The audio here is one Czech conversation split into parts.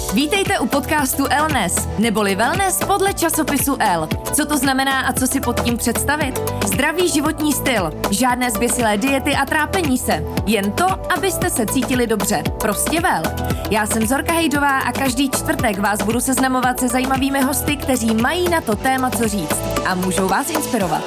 Vítejte u podcastu Elnes, neboli wellness podle časopisu L. Co to znamená a co si pod tím představit? Zdravý životní styl, žádné zběsilé diety a trápení se. Jen to, abyste se cítili dobře. Prostě well. Já jsem Zorka Hejdová a každý čtvrtek vás budu seznamovat se zajímavými hosty, kteří mají na to téma co říct a můžou vás inspirovat.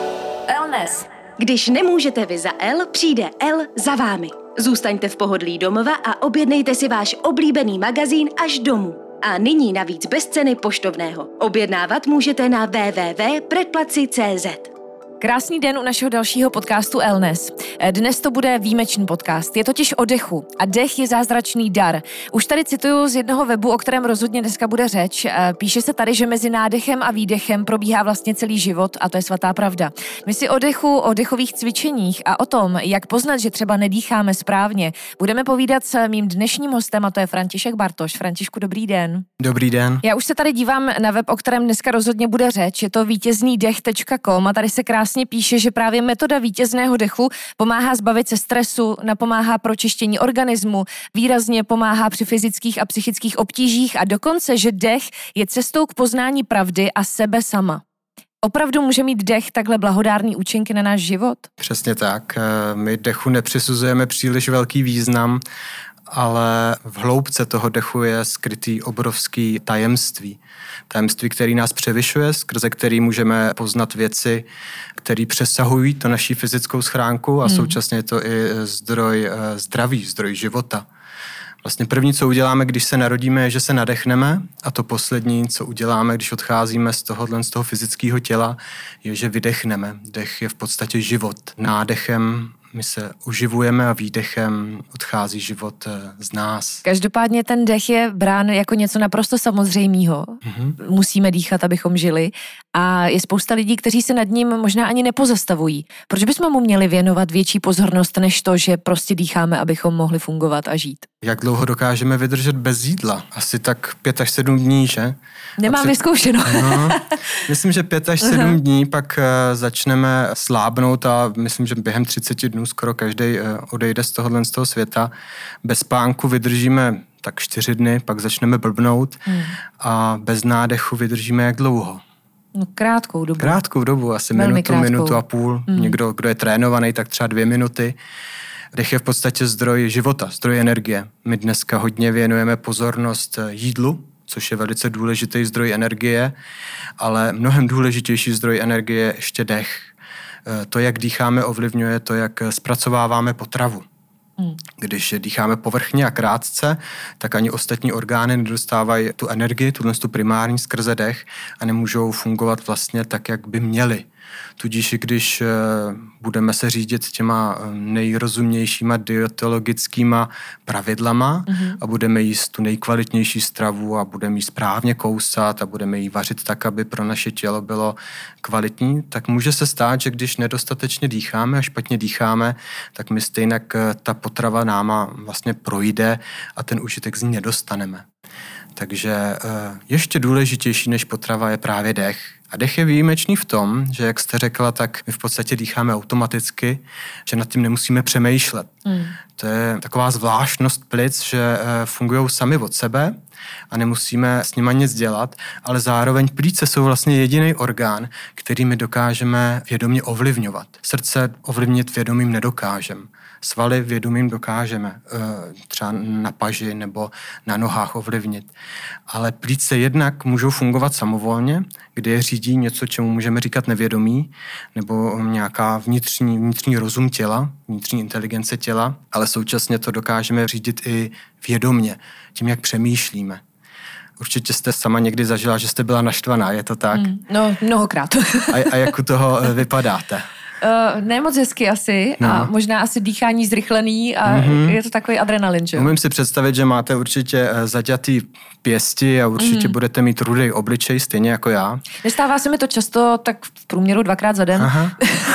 Elnes. Když nemůžete vy za L, přijde L za vámi. Zůstaňte v pohodlí domova a objednejte si váš oblíbený magazín až domů. A nyní navíc bez ceny poštovného. Objednávat můžete na www.predplaci.cz. Krásný den u našeho dalšího podcastu Elnes. Dnes to bude výjimečný podcast, je totiž o dechu a dech je zázračný dar. Už tady cituju z jednoho webu, o kterém rozhodně dneska bude řeč. Píše se tady, že mezi nádechem a výdechem probíhá vlastně celý život a to je svatá pravda. My si o dechu, o dechových cvičeních a o tom, jak poznat, že třeba nedýcháme správně, budeme povídat s mým dnešním hostem a to je František Bartoš. Františku, dobrý den. Dobrý den. Já už se tady dívám na web, o kterém dneska rozhodně bude řeč, je to vítěznýdech.com a tady se krásně píše, že právě metoda vítězného dechu pomáhá zbavit se stresu, napomáhá pročištění organismu, výrazně pomáhá při fyzických a psychických obtížích a dokonce, že dech je cestou k poznání pravdy a sebe sama. Opravdu může mít dech takhle blahodárný účinky na náš život? Přesně tak. My dechu nepřisuzujeme příliš velký význam, ale v hloubce toho dechu je skrytý obrovský tajemství. Tajemství, který nás převyšuje, skrze který můžeme poznat věci, které přesahují to naší fyzickou schránku a současně je to i zdroj zdraví, zdroj života. Vlastně první, co uděláme, když se narodíme, je, že se nadechneme a to poslední, co uděláme, když odcházíme z toho fyzického těla, je, že vydechneme. Dech je v podstatě život. Nádechem my se oživujeme a výdechem odchází život z nás. Každopádně ten dech je brán jako něco naprosto samozřejmého. Musíme dýchat, abychom žili. A je spousta lidí, kteří se nad ním možná ani nepozastavují. Proč bychom mu měli věnovat větší pozornost, než to, že prostě dýcháme, abychom mohli fungovat a žít? Jak dlouho dokážeme vydržet bez jídla? Asi tak 5 až 7 dní, že? Nemám vyzkoušeno. No, myslím, že 5 až 7 dní pak začneme slábnout a myslím, že během 30 dnů skoro každý odejde z toho světa. Bez spánku vydržíme tak 4 dny, pak začneme blbnout a bez nádechu vydržíme jak dlouho? No krátkou dobu. Krátkou dobu, asi minutu a půl. Někdo, kdo je trénovaný, tak třeba 2 minuty. Dech je v podstatě zdroj života, zdroj energie. My dneska hodně věnujeme pozornost jídlu, což je velice důležitý zdroj energie, ale mnohem důležitější zdroj energie je ještě dech. To, jak dýcháme, ovlivňuje to, jak zpracováváme potravu. Když dýcháme povrchně a krátce, tak ani ostatní orgány nedostávají tu energii, tu primární skrze dech a nemůžou fungovat vlastně tak, jak by měly. Tudíž i když budeme se řídit těma nejrozumnějšíma dietologickýma pravidlama a budeme jíst tu nejkvalitnější stravu a budeme jí správně kousat a budeme jí vařit tak, aby pro naše tělo bylo kvalitní, tak může se stát, že když nedostatečně dýcháme a špatně dýcháme, tak my stejně ta potrava náma vlastně projde a ten užitek z ní nedostaneme. Takže ještě důležitější než potrava je právě dech. A dech je výjimečný v tom, že jak jste řekla, tak my v podstatě dýcháme automaticky, že nad tím nemusíme přemýšlet. To je taková zvláštnost plic, že fungují sami od sebe a nemusíme s nima nic dělat, ale zároveň plíce jsou vlastně jediný orgán, který my dokážeme vědomě ovlivňovat. Srdce ovlivnit vědomím nedokážeme. Svaly vědomím dokážeme třeba na paži nebo na nohách ovlivnit. Ale plíce jednak můžou fungovat samovolně, kdy je řídí něco, čemu můžeme říkat nevědomí, nebo nějaká vnitřní rozum těla, vnitřní inteligence těla, ale současně to dokážeme řídit i vědomě, tím, jak přemýšlíme. Určitě jste sama někdy zažila, že jste byla naštvaná, je to tak? No, mnohokrát. A jak u toho vypadáte? Ne moc hezky asi a možná asi dýchání zrychlený a je to takový adrenalin, že? Umím si představit, že máte určitě zaťatý pěsti a určitě budete mít rudý obličej, stejně jako já. Nestává se mi to často, tak v průměru 2krát za den. Aha.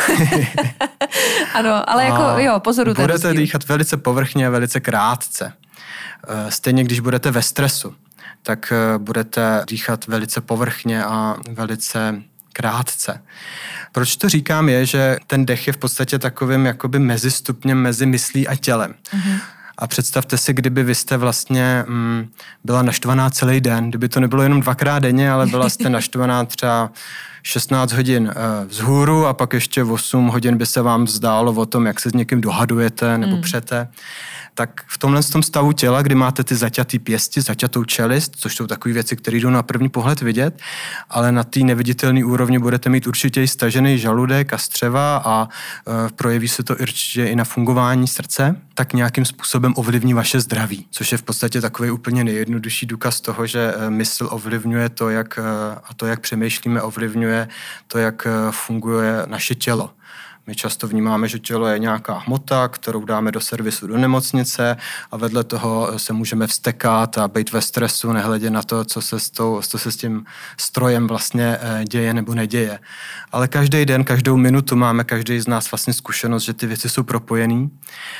Ano, ale pozoruju ten budete dýchat velice povrchně a velice krátce. Stejně když budete ve stresu, tak budete dýchat velice povrchně a velice krátce. Proč to říkám je, že ten dech je v podstatě takovým jakoby mezistupněm mezi myslí a tělem. A představte si, kdyby vy jste vlastně byla naštvaná celý den, kdyby to nebylo jenom 2krát denně, ale byla jste naštvaná třeba 16 hodin vzhůru a pak ještě 8 hodin by se vám zdálo o tom, jak se s někým dohadujete nebo přete. Tak v tomhle stavu těla, kdy máte ty zaťatý pěsti, zaťatou čelist, což jsou takové věci, které jdou na první pohled vidět, ale na té neviditelné úrovni budete mít určitě i stažený žaludek a střeva a projeví se to určitě i na fungování srdce, tak nějakým způsobem ovlivní vaše zdraví, což je v podstatě takový úplně nejjednodušší důkaz toho, že mysl ovlivňuje to, jak přemýšlíme, ovlivňuje to, jak funguje naše tělo. My často vnímáme, že tělo je nějaká hmota, kterou dáme do servisu do nemocnice a vedle toho se můžeme vztekat a být ve stresu, nehledě na to, co se s tím strojem vlastně děje nebo neděje. Ale každý den, každou minutu máme každý z nás vlastně zkušenost, že ty věci jsou propojený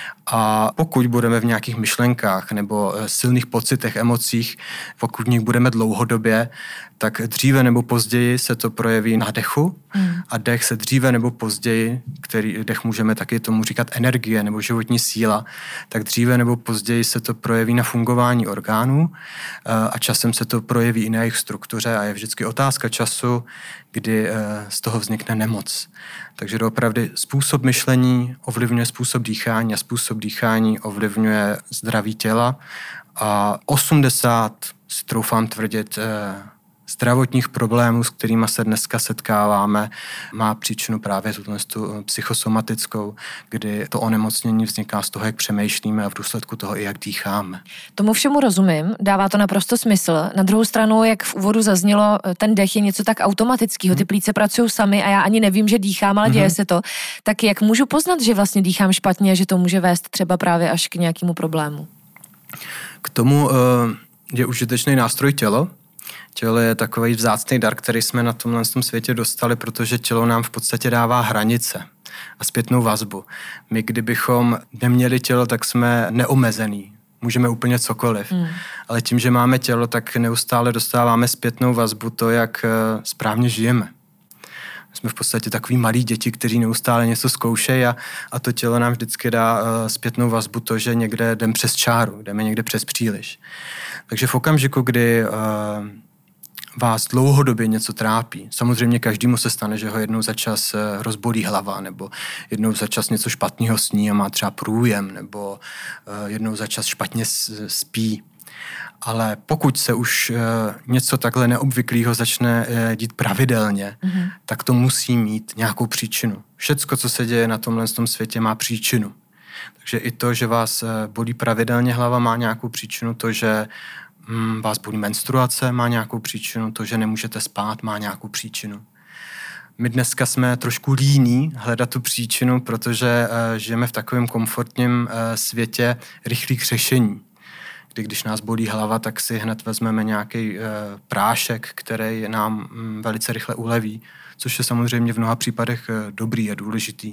a pokud budeme v nějakých myšlenkách nebo silných pocitech, emocích, pokud v nich budeme dlouhodobě, tak dříve nebo později se to projeví na dechu a dech se dříve nebo později, který dech můžeme taky tomu říkat energie nebo životní síla, tak dříve nebo později se to projeví na fungování orgánů a časem se to projeví i na jejich struktuře a je vždycky otázka času, kdy z toho vznikne nemoc. Takže doopravdy způsob myšlení ovlivňuje způsob dýchání a způsob dýchání ovlivňuje zdraví těla a 80, si troufám tvrdit, zdravotních problémů, s kterými se dneska setkáváme, má příčinu právě tu psychosomatickou, kdy to onemocnění vzniká z toho, jak přemýšlíme a v důsledku toho i jak dýcháme. Tomu všemu rozumím, dává to naprosto smysl. Na druhou stranu, jak v úvodu zaznělo, ten dech je něco tak automatického, ty plíce pracují sami a já ani nevím, že dýchám, ale děje se to. Tak jak můžu poznat, že vlastně dýchám špatně, že to může vést třeba právě až k nějakému problému? K tomu je užitečný nástroj tělo. Tělo je takový vzácný dar, který jsme na tomhle světě dostali, protože tělo nám v podstatě dává hranice a zpětnou vazbu. My, kdybychom neměli tělo, tak jsme neomezený. Můžeme úplně cokoliv. Ale tím, že máme tělo, tak neustále dostáváme zpětnou vazbu to, jak správně žijeme. Jsme v podstatě takový malí děti, kteří neustále něco zkoušejí a to tělo nám vždycky dá zpětnou vazbu to, že někde jdeme přes čáru, jdeme někde přes příliš. Takže v okamžiku, kdy vás dlouhodobě něco trápí, samozřejmě každému se stane, že ho jednou za čas rozbolí hlava, nebo jednou za čas něco špatného sní a má třeba průjem, nebo jednou za čas špatně spí. Ale pokud se už něco takhle neobvyklého začne dít pravidelně, tak to musí mít nějakou příčinu. Všecko, co se děje na tomhle světě, má příčinu. Takže i to, že vás bolí pravidelně hlava, má nějakou příčinu. To, že vás bolí menstruace, má nějakou příčinu. To, že nemůžete spát, má nějakou příčinu. My dneska jsme trošku líní hledat tu příčinu, protože žijeme v takovém komfortním světě rychlých řešení. Když nás bolí hlava, tak si hned vezmeme nějaký prášek, který nám velice rychle uleví, což je samozřejmě v mnoha případech dobrý a důležitý.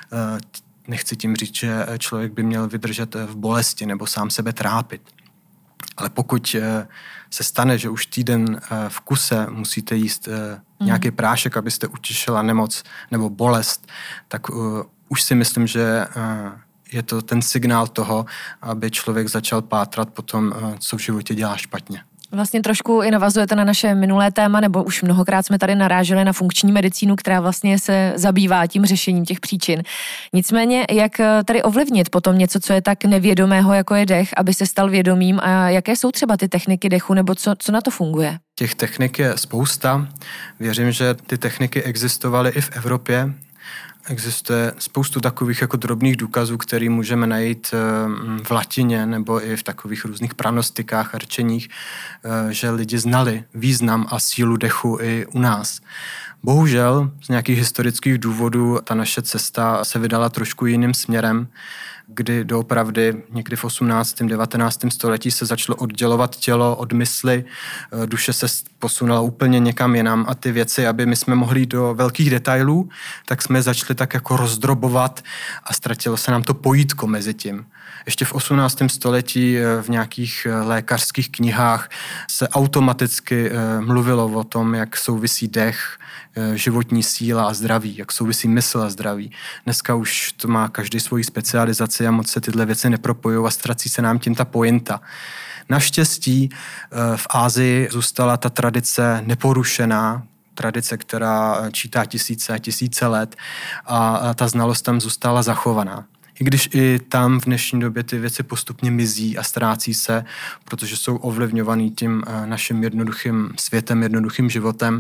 Nechci tím říct, že člověk by měl vydržet v bolesti nebo sám sebe trápit. Ale pokud se stane, že už týden v kuse musíte jíst nějaký prášek, abyste utěšila nemoc nebo bolest, tak už si myslím, že je to ten signál toho, aby člověk začal pátrat po tom, co v životě dělá špatně. Vlastně trošku i navazujete na naše minulé téma, nebo už mnohokrát jsme tady naráželi na funkční medicínu, která vlastně se zabývá tím řešením těch příčin. Nicméně, jak tady ovlivnit potom něco, co je tak nevědomého, jako je dech, aby se stal vědomým a jaké jsou třeba ty techniky dechu, nebo co na to funguje? Těch technik je spousta. Věřím, že ty techniky existovaly i v Evropě. Existuje spoustu takových jako drobných důkazů, které můžeme najít v latině nebo i v takových různých pranostikách a rčeních, že lidi znali význam a sílu dechu i u nás. Bohužel z nějakých historických důvodů ta naše cesta se vydala trošku jiným směrem, kdy doopravdy někdy v 18. 19. století se začalo oddělovat tělo od mysli, duše se posunula úplně někam jinam a ty věci, aby my jsme mohli jít do velkých detailů, tak jsme začali tak jako rozdrobovat a ztratilo se nám to pojítko mezi tím. Ještě v 18. století v nějakých lékařských knihách se automaticky mluvilo o tom, jak souvisí dech, životní síla a zdraví, jak souvisí mysl a zdraví. Dneska už to má každý svoji specializaci meditaci a moc se tyhle věci nepropojují a ztrací se nám tím ta pointa. Naštěstí v Asii zůstala ta tradice neporušená, tradice, která čítá tisíce let a ta znalost tam zůstala zachovaná. I když i tam v dnešní době ty věci postupně mizí a ztrácí se, protože jsou ovlivňovaný tím naším jednoduchým světem, jednoduchým životem.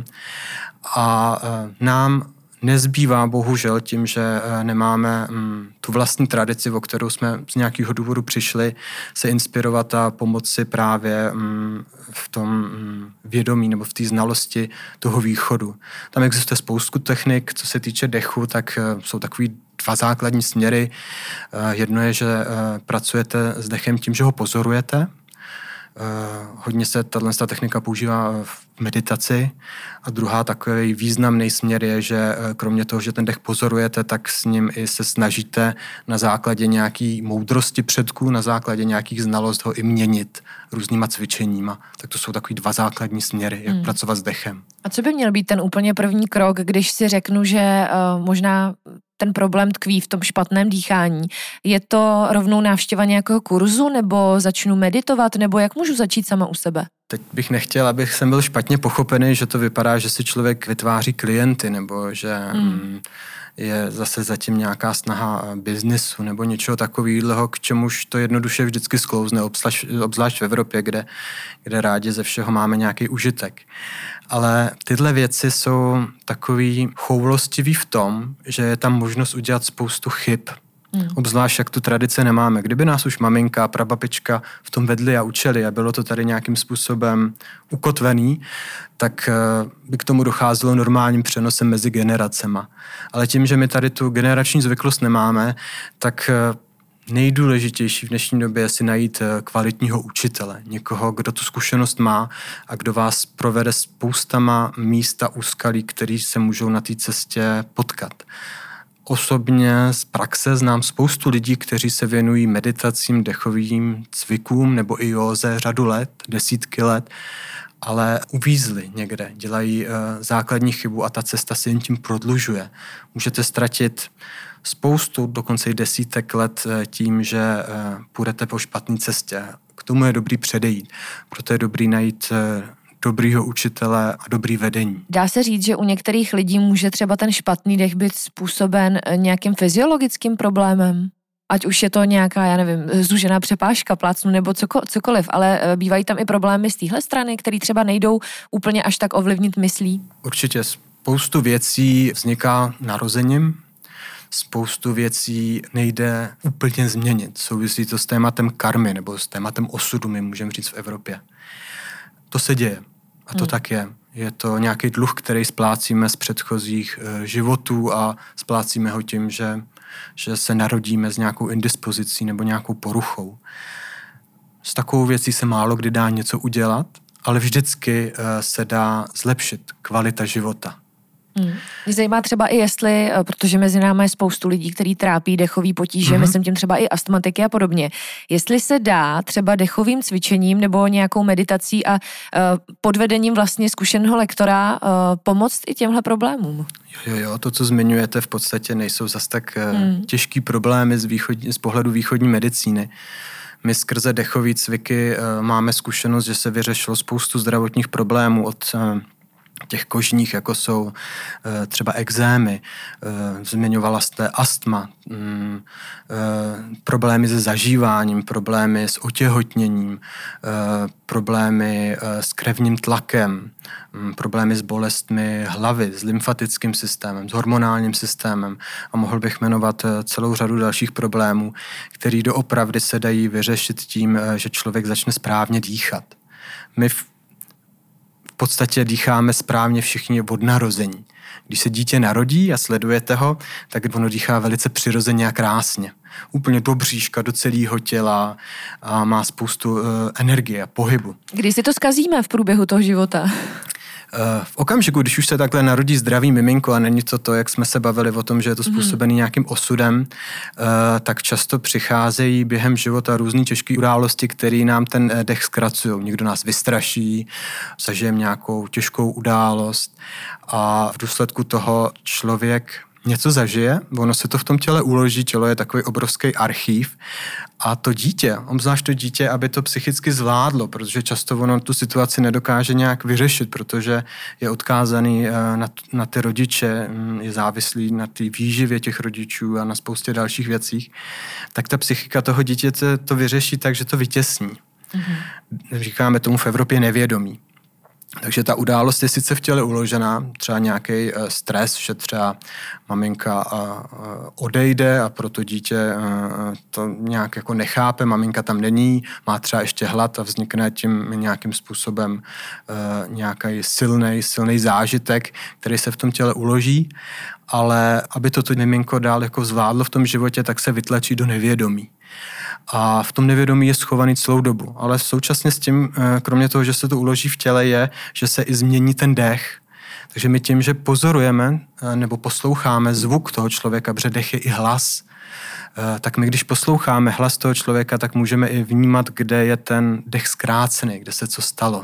A nám nezbývá bohužel tím, že nemáme tu vlastní tradici, o kterou jsme z nějakého důvodu přišli, se inspirovat a pomoci právě v tom vědomí nebo v té znalosti toho východu. Tam existuje spoustu technik, co se týče dechu, tak jsou takový 2 základní směry. Jedno je, že pracujete s dechem tím, že ho pozorujete. Hodně se tato technika používá v meditaci a druhá takový významný směr je, že kromě toho, že ten dech pozorujete, tak s ním i se snažíte na základě nějaký moudrosti předků, na základě nějakých znalostí ho i měnit různýma cvičeníma. Tak to jsou takový 2 základní směry, jak pracovat s dechem. A co by měl být ten úplně první krok, když si řeknu, že možná ten problém tkví v tom špatném dýchání? Je to rovnou návštěva nějakého kurzu, nebo začnu meditovat, nebo jak můžu začít sama u sebe? Teď bych nechtěl, abych jsem byl špatně pochopený, že to vypadá, že si člověk vytváří klienty, nebo že je zase zatím nějaká snaha biznesu nebo něčeho takového, k čemuž to jednoduše vždycky sklouzne, obzvlášť v Evropě, kde rádi ze všeho máme nějaký užitek. Ale tyhle věci jsou takový choulostivý v tom, že je tam možnost udělat spoustu chyb. Obzvlášť, jak tu tradice nemáme. Kdyby nás už maminka a prababička v tom vedli a učili a bylo to tady nějakým způsobem ukotvený, tak by k tomu docházelo normálním přenosem mezi generacema. Ale tím, že my tady tu generační zvyklost nemáme, tak nejdůležitější v dnešní době je si najít kvalitního učitele. Někoho, kdo tu zkušenost má a kdo vás provede spoustama místa úskalí, který se můžou na té cestě potkat. Osobně z praxe znám spoustu lidí, kteří se věnují meditacím, dechovým cvikům nebo i józe řadu let, desítky let, ale uvízli někde, dělají základní chybu a ta cesta se jim tím prodlužuje. Můžete ztratit spoustu, dokonce i desítek let tím, že půjdete po špatné cestě. K tomu je dobrý předejít, proto je dobrý najít dobrýho učitele a dobrý vedení. Dá se říct, že u některých lidí může třeba ten špatný dech být způsoben nějakým fyziologickým problémem? Ať už je to nějaká, já nevím, zúžená přepážka, plácnu nebo cokoliv, ale bývají tam i problémy z téhle strany, které třeba nejdou úplně až tak ovlivnit myslí? Určitě. Spoustu věcí vzniká narozením, spoustu věcí nejde úplně změnit. Souvisí to s tématem karmy nebo s tématem osudu, my můžeme říct v Evropě. To se děje. A to tak je. Je to nějaký dluh, který splácíme z předchozích životů a splácíme ho tím, že se narodíme s nějakou indispozicí nebo nějakou poruchou. S takovou věcí se málo kdy dá něco udělat, ale vždycky se dá zlepšit kvalita života. Mě zajímá třeba i jestli, protože mezi námi je spoustu lidí, kteří trápí dechový potíže, myslím tím třeba i astmatiky a podobně, jestli se dá třeba dechovým cvičením nebo nějakou meditací a podvedením vlastně zkušeného lektora pomoct i těmhle problémům. Jo, to, co zmiňujete, v podstatě nejsou zas tak těžký problémy z pohledu východní medicíny. My skrze dechové cviky máme zkušenost, že se vyřešilo spoustu zdravotních problémů od těch kožních, jako jsou třeba ekzémy, zmiňovala jste astma, problémy se zažíváním, problémy s otěhotněním, problémy s krevním tlakem, problémy s bolestmi hlavy, s lymfatickým systémem, s hormonálním systémem a mohl bych jmenovat celou řadu dalších problémů, které doopravdy se dají vyřešit tím, že člověk začne správně dýchat. My v podstatě dýcháme správně všichni od narození. Když se dítě narodí a sledujete ho, tak ono dýchá velice přirozeně a krásně. Úplně do bříška, do celého těla a má spoustu energie a pohybu. Kdy si to zkazíme v průběhu toho života? V okamžiku, když už se takhle narodí zdravý miminko a není to, jak jsme se bavili o tom, že je to způsobený nějakým osudem, tak často přicházejí během života různý těžké události, které nám ten dech zkracují. Někdo nás vystraší, zažijeme nějakou těžkou událost a v důsledku toho člověk něco zažije, ono se to v tom těle uloží, tělo je takový obrovský archív a to dítě, obzvlášť to dítě, aby to psychicky zvládlo, protože často ono tu situaci nedokáže nějak vyřešit, protože je odkázaný na ty rodiče, je závislý na té výživě těch rodičů a na spoustě dalších věcích, tak ta psychika toho dítěte to vyřeší tak, že to vytěsní. Říkáme tomu v Evropě nevědomí. Takže ta událost je sice v těle uložená, třeba nějaký stres, že třeba maminka odejde a proto dítě to nějak jako nechápe, maminka tam není, má třeba ještě hlad a vznikne tím nějakým způsobem nějaký silný zážitek, který se v tom těle uloží, ale aby to miminko dál jako zvládlo v tom životě, tak se vytlačí do nevědomí. A v tom nevědomí je schovaný celou dobu. Ale současně s tím, kromě toho, že se to uloží v těle, je, že se i změní ten dech. Takže my tím, že pozorujeme nebo posloucháme zvuk toho člověka, protože dech je i hlas, tak my, když posloucháme hlas toho člověka, tak můžeme i vnímat, kde je ten dech zkrácený, kde se co stalo.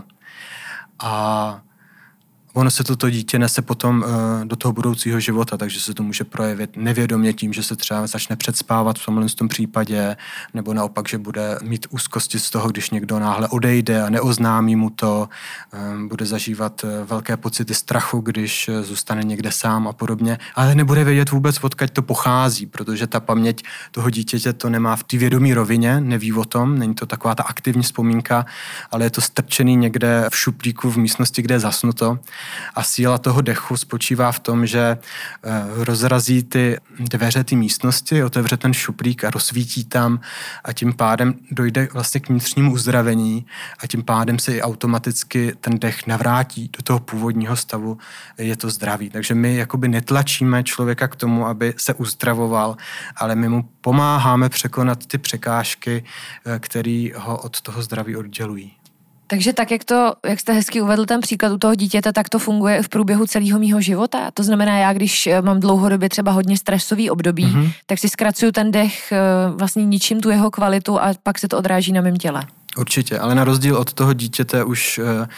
A ono se toto dítě nese potom do toho budoucího života, takže se to může projevit nevědomě tím, že se třeba začne předspávat v tomhle případě, nebo naopak, že bude mít úzkosti z toho, když někdo náhle odejde a neoznámí mu to, bude zažívat velké pocity strachu, když zůstane někde sám a podobně, ale nebude vědět vůbec, odkud to pochází, protože ta paměť toho dítěte to nemá v té vědomí rovině, neví o tom, není to taková ta aktivní vzpomínka, ale je to strčený někde v šuplíku v místnosti, kde je zasnuto. A síla toho dechu spočívá v tom, že rozrazí ty dveře ty místnosti, otevře ten šuplík a rozsvítí tam a tím pádem dojde vlastně k vnitřnímu uzdravení a tím pádem se i automaticky ten dech navrátí do toho původního stavu, je to zdraví. Takže my jakoby netlačíme člověka k tomu, aby se uzdravoval, ale my mu pomáháme překonat ty překážky, které ho od toho zdraví oddělují. Takže tak, jak jste hezky uvedl ten příklad u toho dítěte, tak to funguje i v průběhu celého mýho života. To znamená, já když mám dlouhodobě třeba hodně stresový období, tak si zkracuju ten dech, vlastně ničím tu jeho kvalitu a pak se to odráží na mém těle. Určitě, ale na rozdíl od toho dítěte už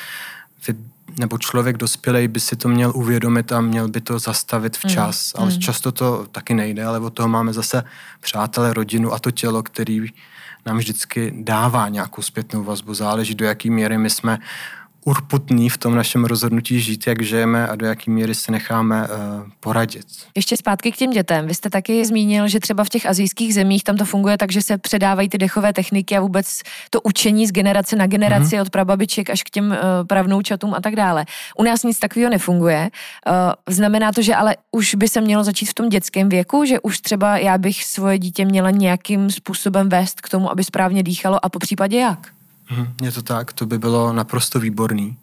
nebo člověk dospělej by si to měl uvědomit a měl by to zastavit včas. Ale často to taky nejde, ale od toho máme zase přátelé, rodinu a to tělo, který nám vždycky dává nějakou zpětnou vazbu. Záleží, do jaký míry my jsme urputní v tom našem rozhodnutí žít, jak žijeme a do jaký míry se necháme poradit. Ještě zpátky k těm dětem. Vy jste taky zmínil, že třeba v těch asijských zemích tam to funguje tak, že se předávají ty dechové techniky a vůbec to učení z generace na generaci od prababiček až k těm pravnoučatům a tak dále. U nás nic takového nefunguje. Znamená to, že ale už by se mělo začít v tom dětském věku, že už třeba já bych svoje dítě měla nějakým způsobem vést k tomu, aby správně dýchalo a popřípadě jak? Je to tak, to by bylo naprosto výborný.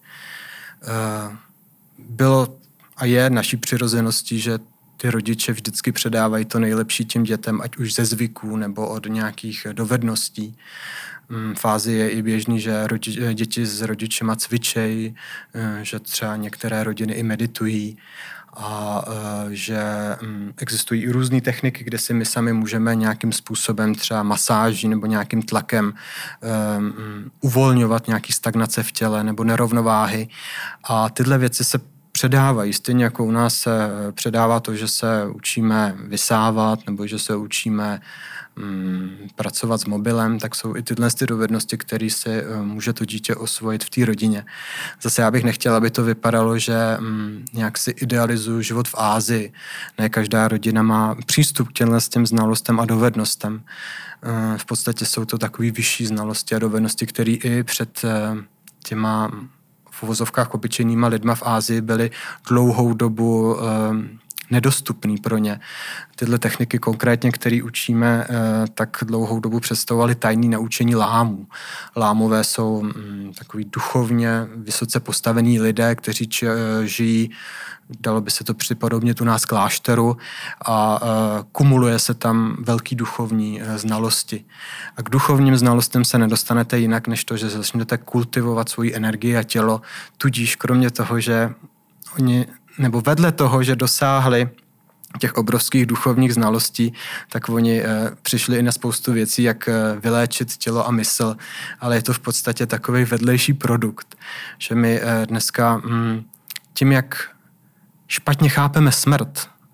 Bylo a je naší přirozeností, že ty rodiče vždycky předávají to nejlepší těm dětem, ať už ze zvyků nebo od nějakých dovedností. V Ázii je i běžný, že děti s rodičema cvičejí, že třeba některé rodiny i meditují a že existují i různé techniky, kde si my sami můžeme nějakým způsobem třeba masáží nebo nějakým tlakem uvolňovat nějaký stagnace v těle nebo nerovnováhy. A tyhle věci se předávají. Stejně jako u nás se předává to, že se učíme vysávat nebo že se učíme pracovat s mobilem, tak jsou i tyhle dovednosti, které si může to dítě osvojit v té rodině. Zase já bych nechtěla, aby to vypadalo, že nějak si idealizuju život v Ázii. Ne každá rodina má přístup k těm znalostem a dovednostem. V podstatě jsou to takové vyšší znalosti a dovednosti, které i před těma v uvozovkách obyčejnýma lidma v Ázii byly dlouhou dobu nedostupný pro ně. Tyhle techniky konkrétně, které učíme, tak dlouhou dobu představovaly tajné naučení lámů. Lámové jsou takový duchovně vysoce postavení lidé, kteří žijí, dalo by se to připodobnit u nás klášteru a kumuluje se tam velký duchovní znalosti. A k duchovním znalostem se nedostanete jinak, než to, že začnete kultivovat svoji energii a tělo. Tudíž kromě toho, že oni nebo vedle toho, že dosáhli těch obrovských duchovních znalostí, tak oni přišli i na spoustu věcí, jak vyléčit tělo a mysl, ale je to v podstatě takový vedlejší produkt, že my dneska tím, jak špatně chápeme smrt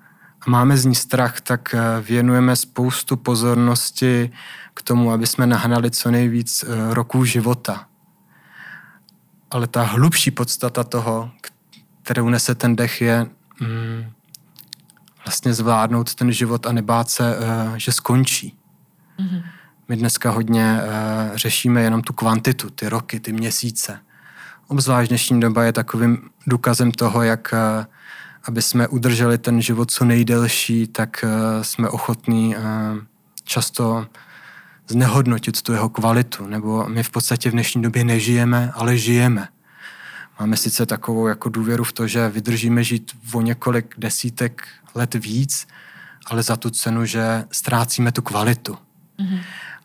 máme z ní strach, tak věnujeme spoustu pozornosti k tomu, aby jsme nahnali co nejvíc roků života. Ale ta hlubší podstata toho, kterou nese ten dech, je vlastně zvládnout ten život a nebát se, že skončí. Mm-hmm. My dneska hodně řešíme jenom tu kvantitu, ty roky, ty měsíce. Obzvlášť dnešní doba je takovým důkazem toho, jak aby jsme udrželi ten život co nejdelší, tak jsme ochotní často znehodnotit tu jeho kvalitu. Nebo my v podstatě v dnešní době nežijeme, ale žijeme. Máme sice takovou jako důvěru v to, že vydržíme žít o několik desítek let víc, ale za tu cenu, že ztrácíme tu kvalitu. Mm-hmm.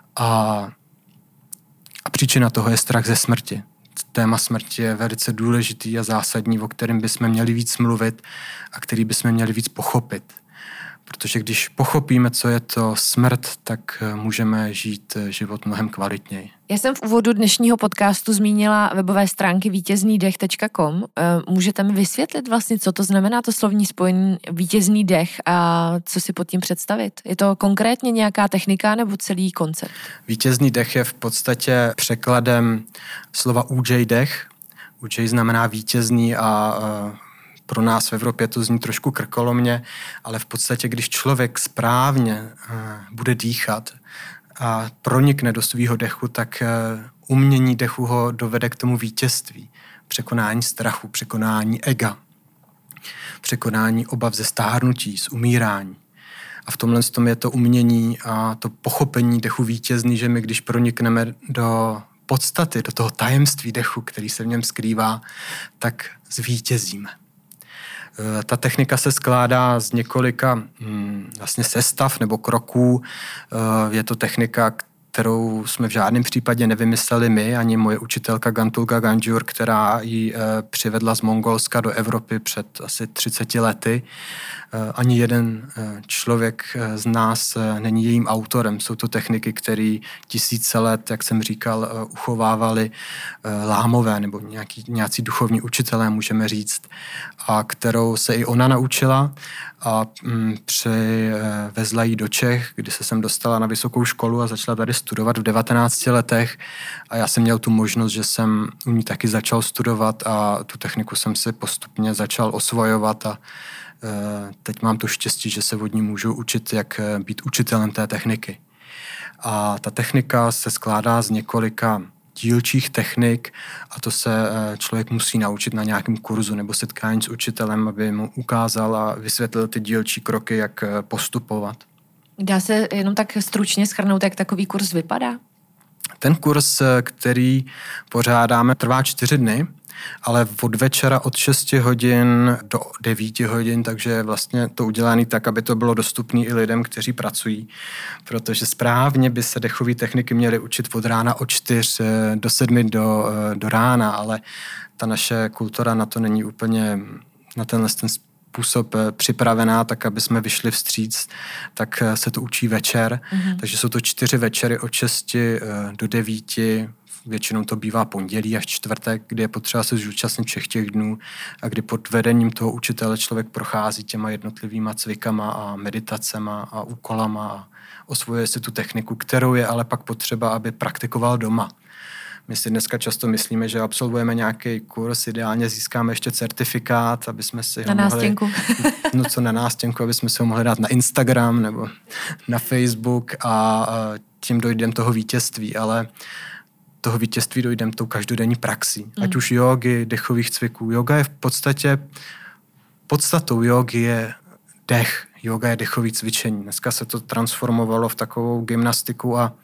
A příčina toho je strach ze smrti. Téma smrti je velice důležitý a zásadní, o kterém bychom měli víc mluvit a který bychom měli víc pochopit. Protože když pochopíme, co je to smrt, tak můžeme žít život mnohem kvalitněji. Já jsem v úvodu dnešního podcastu zmínila webové stránky vítěznýdech.com. Můžete mi vysvětlit vlastně, co to znamená to slovní spojení vítězný dech a co si pod tím představit? Je to konkrétně nějaká technika nebo celý koncept? Vítězný dech je v podstatě překladem slova UJ dech. UJ znamená vítězný a pro nás v Evropě to zní trošku krkolomně, ale v podstatě, když člověk správně bude dýchat a pronikne do svého dechu, tak umění dechu ho dovede k tomu vítězství. Překonání strachu, překonání ega, překonání obav ze stárnutí, z umírání. A v tomhle tom je to umění a to pochopení dechu vítězný, že my, když pronikneme do podstaty, do toho tajemství dechu, který se v něm skrývá, tak zvítězíme. Ta technika se skládá z několika vlastně sestav nebo kroků. Je to technika, kterou jsme v žádném případě nevymysleli my, ani moje učitelka Gantulga Ganjur, která ji přivedla z Mongolska do Evropy před asi 30 lety. Ani jeden člověk z nás není jejím autorem. Jsou to techniky, které tisíce let, jak jsem říkal, uchovávali lámové nebo nějací duchovní učitelé, můžeme říct, a kterou se i ona naučila a přivezla ji do Čech, kdy se sem dostala na vysokou školu a začala tady studovat v 19 letech a já jsem měl tu možnost, že jsem u ní taky začal studovat a tu techniku jsem si postupně začal osvojovat a teď mám to štěstí, že se od ní můžu učit, jak být učitelem té techniky. A ta technika se skládá z několika dílčích technik a to se člověk musí naučit na nějakém kurzu nebo setkání s učitelem, aby mu ukázal a vysvětlil ty dílčí kroky, jak postupovat. Dá se jenom tak stručně shrnout, jak takový kurz vypadá? Ten kurz, který pořádáme, trvá 4 dny, ale od večera od 6 hodin do 9 hodin, takže je vlastně to udělané tak, aby to bylo dostupné i lidem, kteří pracují. Protože správně by se dechové techniky měly učit od rána od 4 do 7 do rána, ale ta naše kultura na to není úplně na ten způsob připravená, tak aby jsme vyšli vstříc, tak se to učí večer. Mm-hmm. Takže jsou to 4 večery od 6 do 9. Většinou to bývá pondělí až čtvrtek, kdy je potřeba se zúčastnit všech těch dnů a kdy pod vedením toho učitele člověk prochází těma jednotlivýma cvikama a meditacema a úkolama a osvojuje si tu techniku, kterou je ale pak potřeba, aby praktikoval doma. My si dneska často myslíme, že absolvujeme nějaký kurz, ideálně získáme ještě certifikát, aby jsme si ho nástěnku. Na nástěnku, aby jsme si ho mohli dát na Instagram nebo na Facebook a tím dojdeme toho vítězství, ale toho vítězství dojdeme tou každodenní praxí. Ať už jógy, dechových cviků. Yoga je v podstatě, podstatou jógy je dech. Yoga je dechový cvičení. Dneska se to transformovalo v takovou gymnastiku a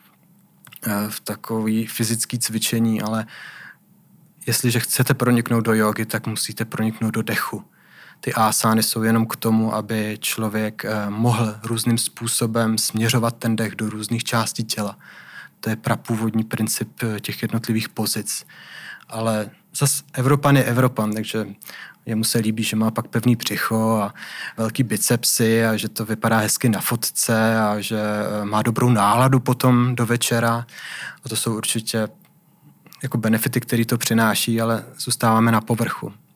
v takový fyzický cvičení, ale jestliže chcete proniknout do jógy, tak musíte proniknout do dechu. Ty asány jsou jenom k tomu, aby člověk mohl různým způsobem směřovat ten dech do různých částí těla. To je prapůvodní princip těch jednotlivých pozic. Ale zas Evropan je Evropan, takže jemu se líbí, že má pak pevný břicho a velký bicepsy a že to vypadá hezky na fotce a že má dobrou náladu potom do večera. A to jsou určitě jako benefity, které to přináší, ale zůstáváme na povrchu.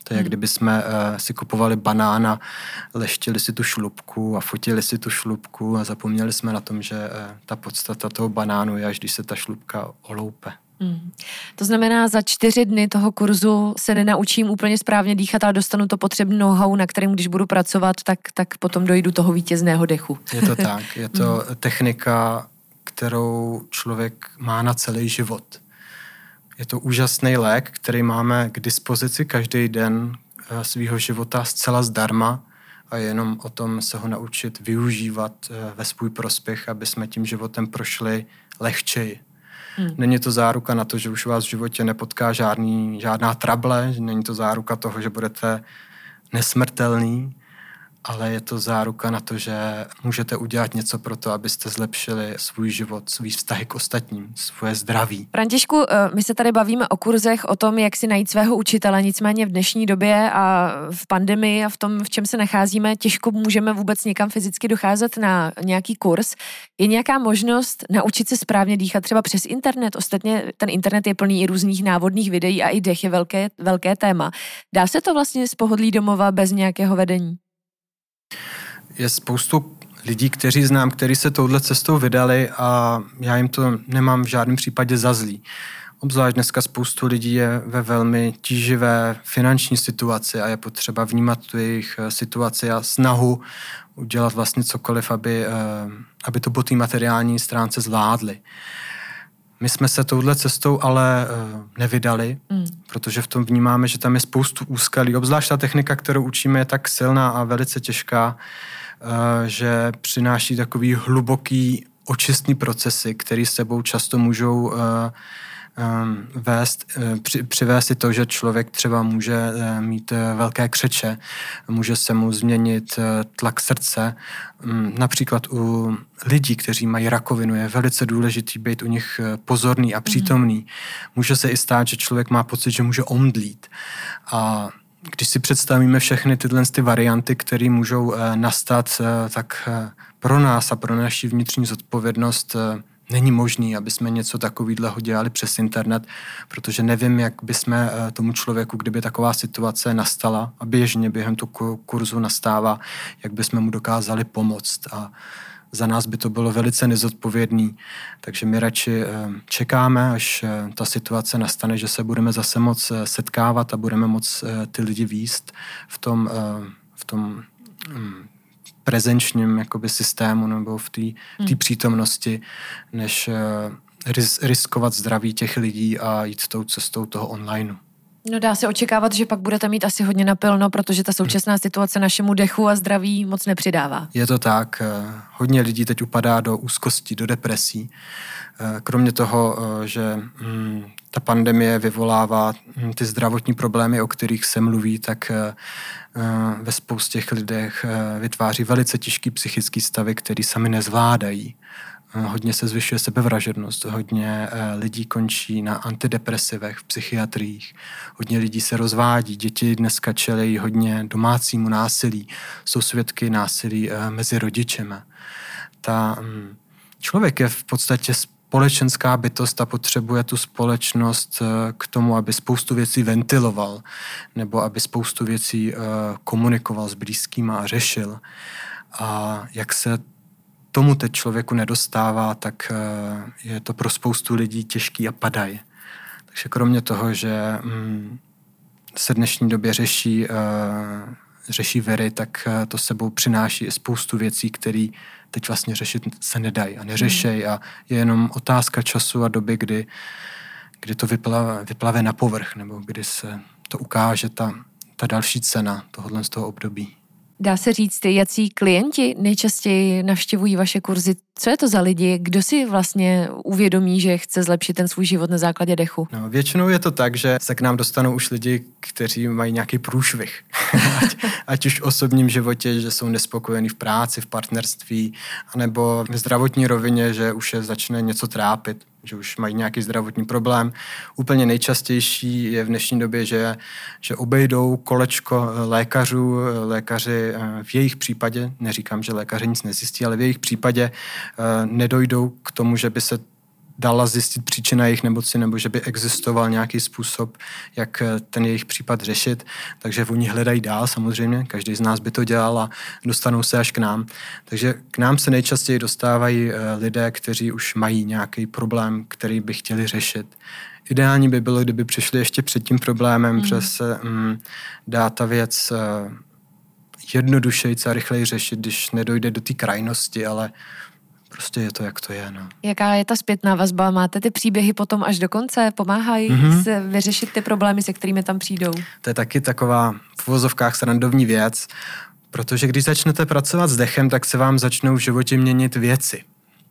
To je, jak kdyby jsme si kupovali banán a leštili si tu šlupku a fotili si tu šlupku a zapomněli jsme na tom, že ta podstata toho banánu je, až když se ta šlupka oloupe. To znamená, za 4 dny toho kurzu se nenaučím úplně správně dýchat, ale dostanu to potřebné know-how, na kterém, když budu pracovat, tak potom dojdu toho vítězného dechu. Je to tak. Je to technika, kterou člověk má na celý život. Je to úžasný lék, který máme k dispozici každý den svýho života zcela zdarma a je jenom o tom se ho naučit využívat ve svůj prospěch, aby jsme tím životem prošli lehčeji. Není to záruka na to, že už vás v životě nepotká žádná trable, není to záruka toho, že budete nesmrtelný, ale je to záruka na to, že můžete udělat něco pro to, abyste zlepšili svůj život, svý vztahy k ostatním, svoje zdraví. Františku, my se tady bavíme o kurzech, o tom, jak si najít svého učitele, nicméně v dnešní době a v pandemii a v tom, v čem se nacházíme, těžko můžeme vůbec někam fyzicky docházet na nějaký kurz. Je nějaká možnost naučit se správně dýchat třeba přes internet? Ostatně ten internet je plný i různých návodných videí a i dech je velké téma. Dá se to vlastně z pohodlí domova bez nějakého vedení? Je spoustu lidí, kteří znám, kteří se touhle cestou vydali a já jim to nemám v žádném případě za zlý. Obzvlášť dneska spoustu lidí je ve velmi tíživé finanční situaci a je potřeba vnímat tu jejich situaci a snahu udělat vlastně cokoliv, aby to po té materiální stránce zvládli. My jsme se touhle cestou ale nevydali, protože v tom vnímáme, že tam je spoustu úskalí. Obzvlášť ta technika, kterou učíme, je tak silná a velice těžká, že přináší takový hluboký očistný procesy, které s sebou často můžou přivést i to, že člověk třeba může mít velké křeče, může se mu změnit tlak srdce. Například u lidí, kteří mají rakovinu, je velice důležitý být u nich pozorný a přítomný. Může se i stát, že člověk má pocit, že může omdlít. A když si představíme všechny tyhle varianty, které můžou nastat, tak pro nás a pro naši vnitřní zodpovědnost není možný, aby jsme něco takového dělali přes internet, protože nevím, jak bychom tomu člověku, kdyby taková situace nastala a běžně během toho kurzu nastává, jak bychom mu dokázali pomoct. A za nás by to bylo velice nezodpovědný. Takže my radši čekáme, až ta situace nastane, že se budeme zase moc setkávat a budeme moc ty lidi vést v tom prezenčním jakoby systému nebo v té přítomnosti, než riskovat zdraví těch lidí a jít tou cestou toho online. No dá se očekávat, že pak budete mít asi hodně napilno, protože ta současná situace našemu dechu a zdraví moc nepřidává. Je to tak. Hodně lidí teď upadá do úzkostí, do depresí. Kromě toho, že ta pandemie vyvolává ty zdravotní problémy, o kterých se mluví, tak ve spoustě lidech vytváří velice těžký psychický stavy, který sami nezvládají. Hodně se zvyšuje sebevražednost, hodně lidí končí na antidepresivech v psychiatriích, hodně lidí se rozvádí, děti dneska čelí hodně domácímu násilí, jsou svědky násilí mezi rodičemi. Člověk je v podstatě společenská bytost a potřebuje tu společnost k tomu, aby spoustu věcí ventiloval nebo aby spoustu věcí komunikoval s blízkýma a řešil. A jak se tomu teď člověku nedostává, tak je to pro spoustu lidí těžký a padají. Takže kromě toho, že se dnešní době řeší viry, tak to sebou přináší spoustu věcí, které teď vlastně řešit se nedají a neřešejí a je jenom otázka času a doby, kdy to vyplave na povrch nebo kdy se to ukáže ta další cena tohohle z toho období. Dá se říct, jací klienti nejčastěji navštěvují vaše kurzy? Co je to za lidi? Kdo si vlastně uvědomí, že chce zlepšit ten svůj život na základě dechu? No, většinou je to tak, že se k nám dostanou už lidi, kteří mají nějaký průšvih. ať už v osobním životě, že jsou nespokojení v práci, v partnerství, anebo v zdravotní rovině, že už je začne něco trápit, že už mají nějaký zdravotní problém. Úplně nejčastější je v dnešní době, že obejdou kolečko lékařů. Lékaři v jejich případě, neříkám, že lékaři nic nezjistí, ale v jejich případě nedojdou k tomu, že by se dala zjistit příčina jejich nemoci, nebo že by existoval nějaký způsob, jak ten jejich případ řešit. Takže oni hledají dál samozřejmě, každý z nás by to dělal a dostanou se až k nám. Takže k nám se nejčastěji dostávají lidé, kteří už mají nějaký problém, který by chtěli řešit. Ideální by bylo, kdyby přišli ještě před tím problémem, že se dá ta věc jednodušejc a rychleji řešit, když nedojde do té krajnosti, ale prostě je to, jak to je. No. Jaká je ta zpětná vazba? Máte ty příběhy potom až do konce? Pomáhají se vyřešit ty problémy, se kterými tam přijdou? To je taky taková v uvozovkách srandovní věc, protože když začnete pracovat s dechem, tak se vám začnou v životě měnit věci.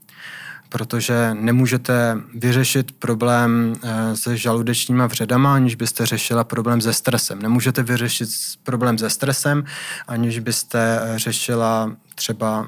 Protože nemůžete vyřešit problém se žaludečníma vředama, aniž byste řešila problém se stresem. Nemůžete vyřešit problém se stresem, aniž byste řešila třeba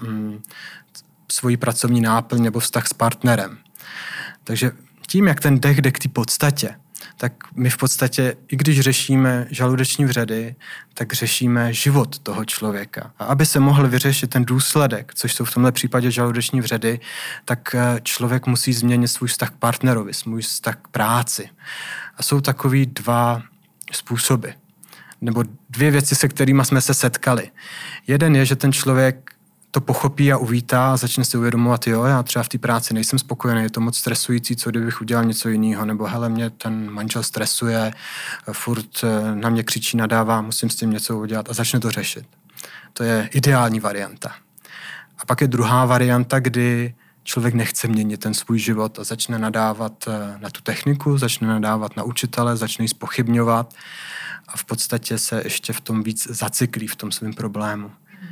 svoji pracovní náplň nebo vztah s partnerem. Takže tím, jak ten dech jde k té podstatě, tak my v podstatě, i když řešíme žaludeční vředy, tak řešíme život toho člověka. A aby se mohl vyřešit ten důsledek, což jsou v tomhle případě žaludeční vředy, tak člověk musí změnit svůj vztah k partnerovi, svůj vztah k práci. A jsou takový dva způsoby, nebo dvě věci, se kterými jsme se setkali. Jeden je, že ten člověk to pochopí a uvítá a začne si uvědomovat, jo, já třeba v té práci nejsem spokojený, je to moc stresující, co kdybych udělal něco jiného, nebo hele, mě ten manžel stresuje, furt na mě křičí, nadává, musím s tím něco udělat a začne to řešit. To je ideální varianta. A pak je druhá varianta, kdy člověk nechce měnit ten svůj život a začne nadávat na tu techniku, začne nadávat na učitele, začne ji zpochybňovat a v podstatě se ještě v tom víc zacyklí v tom svém problému.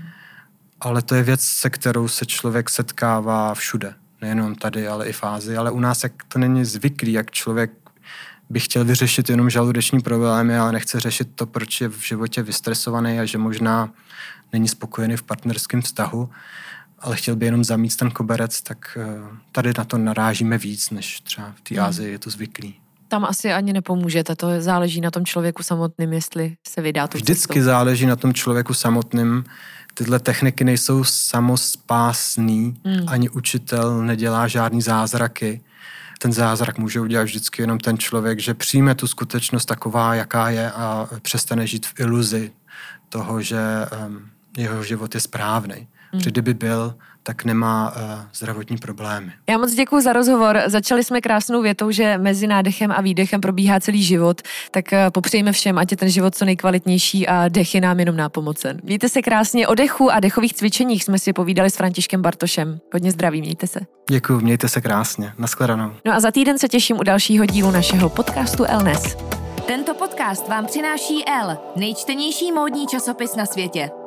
Ale to je věc, se kterou se člověk setkává všude. Nejenom tady, ale i v Ázii. Ale u nás jak to není zvyklý, jak člověk by chtěl vyřešit jenom žaludeční problémy, ale nechce řešit to, proč je v životě vystresovaný a že možná není spokojený v partnerském vztahu, ale chtěl by jenom zamít ten koberec, tak tady na to narážíme víc, než třeba v té Ázii je to zvyklý. Tam asi ani nepomůžete, to záleží na tom člověku samotným, jestli se vydá tu Vždycky cestou. záleží na tom člověku samotným. Tyhle techniky nejsou samospásný, ani učitel nedělá žádný zázraky. Ten zázrak může udělat vždycky jenom ten člověk, že přijme tu skutečnost taková, jaká je a přestane žít v iluzi toho, že jeho život je správný. Protože kdyby byl, tak nemá zdravotní problémy. Já moc děkuji za rozhovor. Začali jsme krásnou větou, že mezi nádechem a výdechem probíhá celý život, tak popřejme všem, ať je ten život co nejkvalitnější a dech je nám jenom nápomocen. Mějte se krásně. O dechu a dechových cvičeních jsme si povídali s Františkem Bartošem. Hodně zdraví, mějte se. Děkuji, mějte se krásně. Nashledanou. No a za týden se těším u dalšího dílu našeho podcastu Elnes. Tento podcast vám přináší Elle, nejčtenější módní časopis na světě.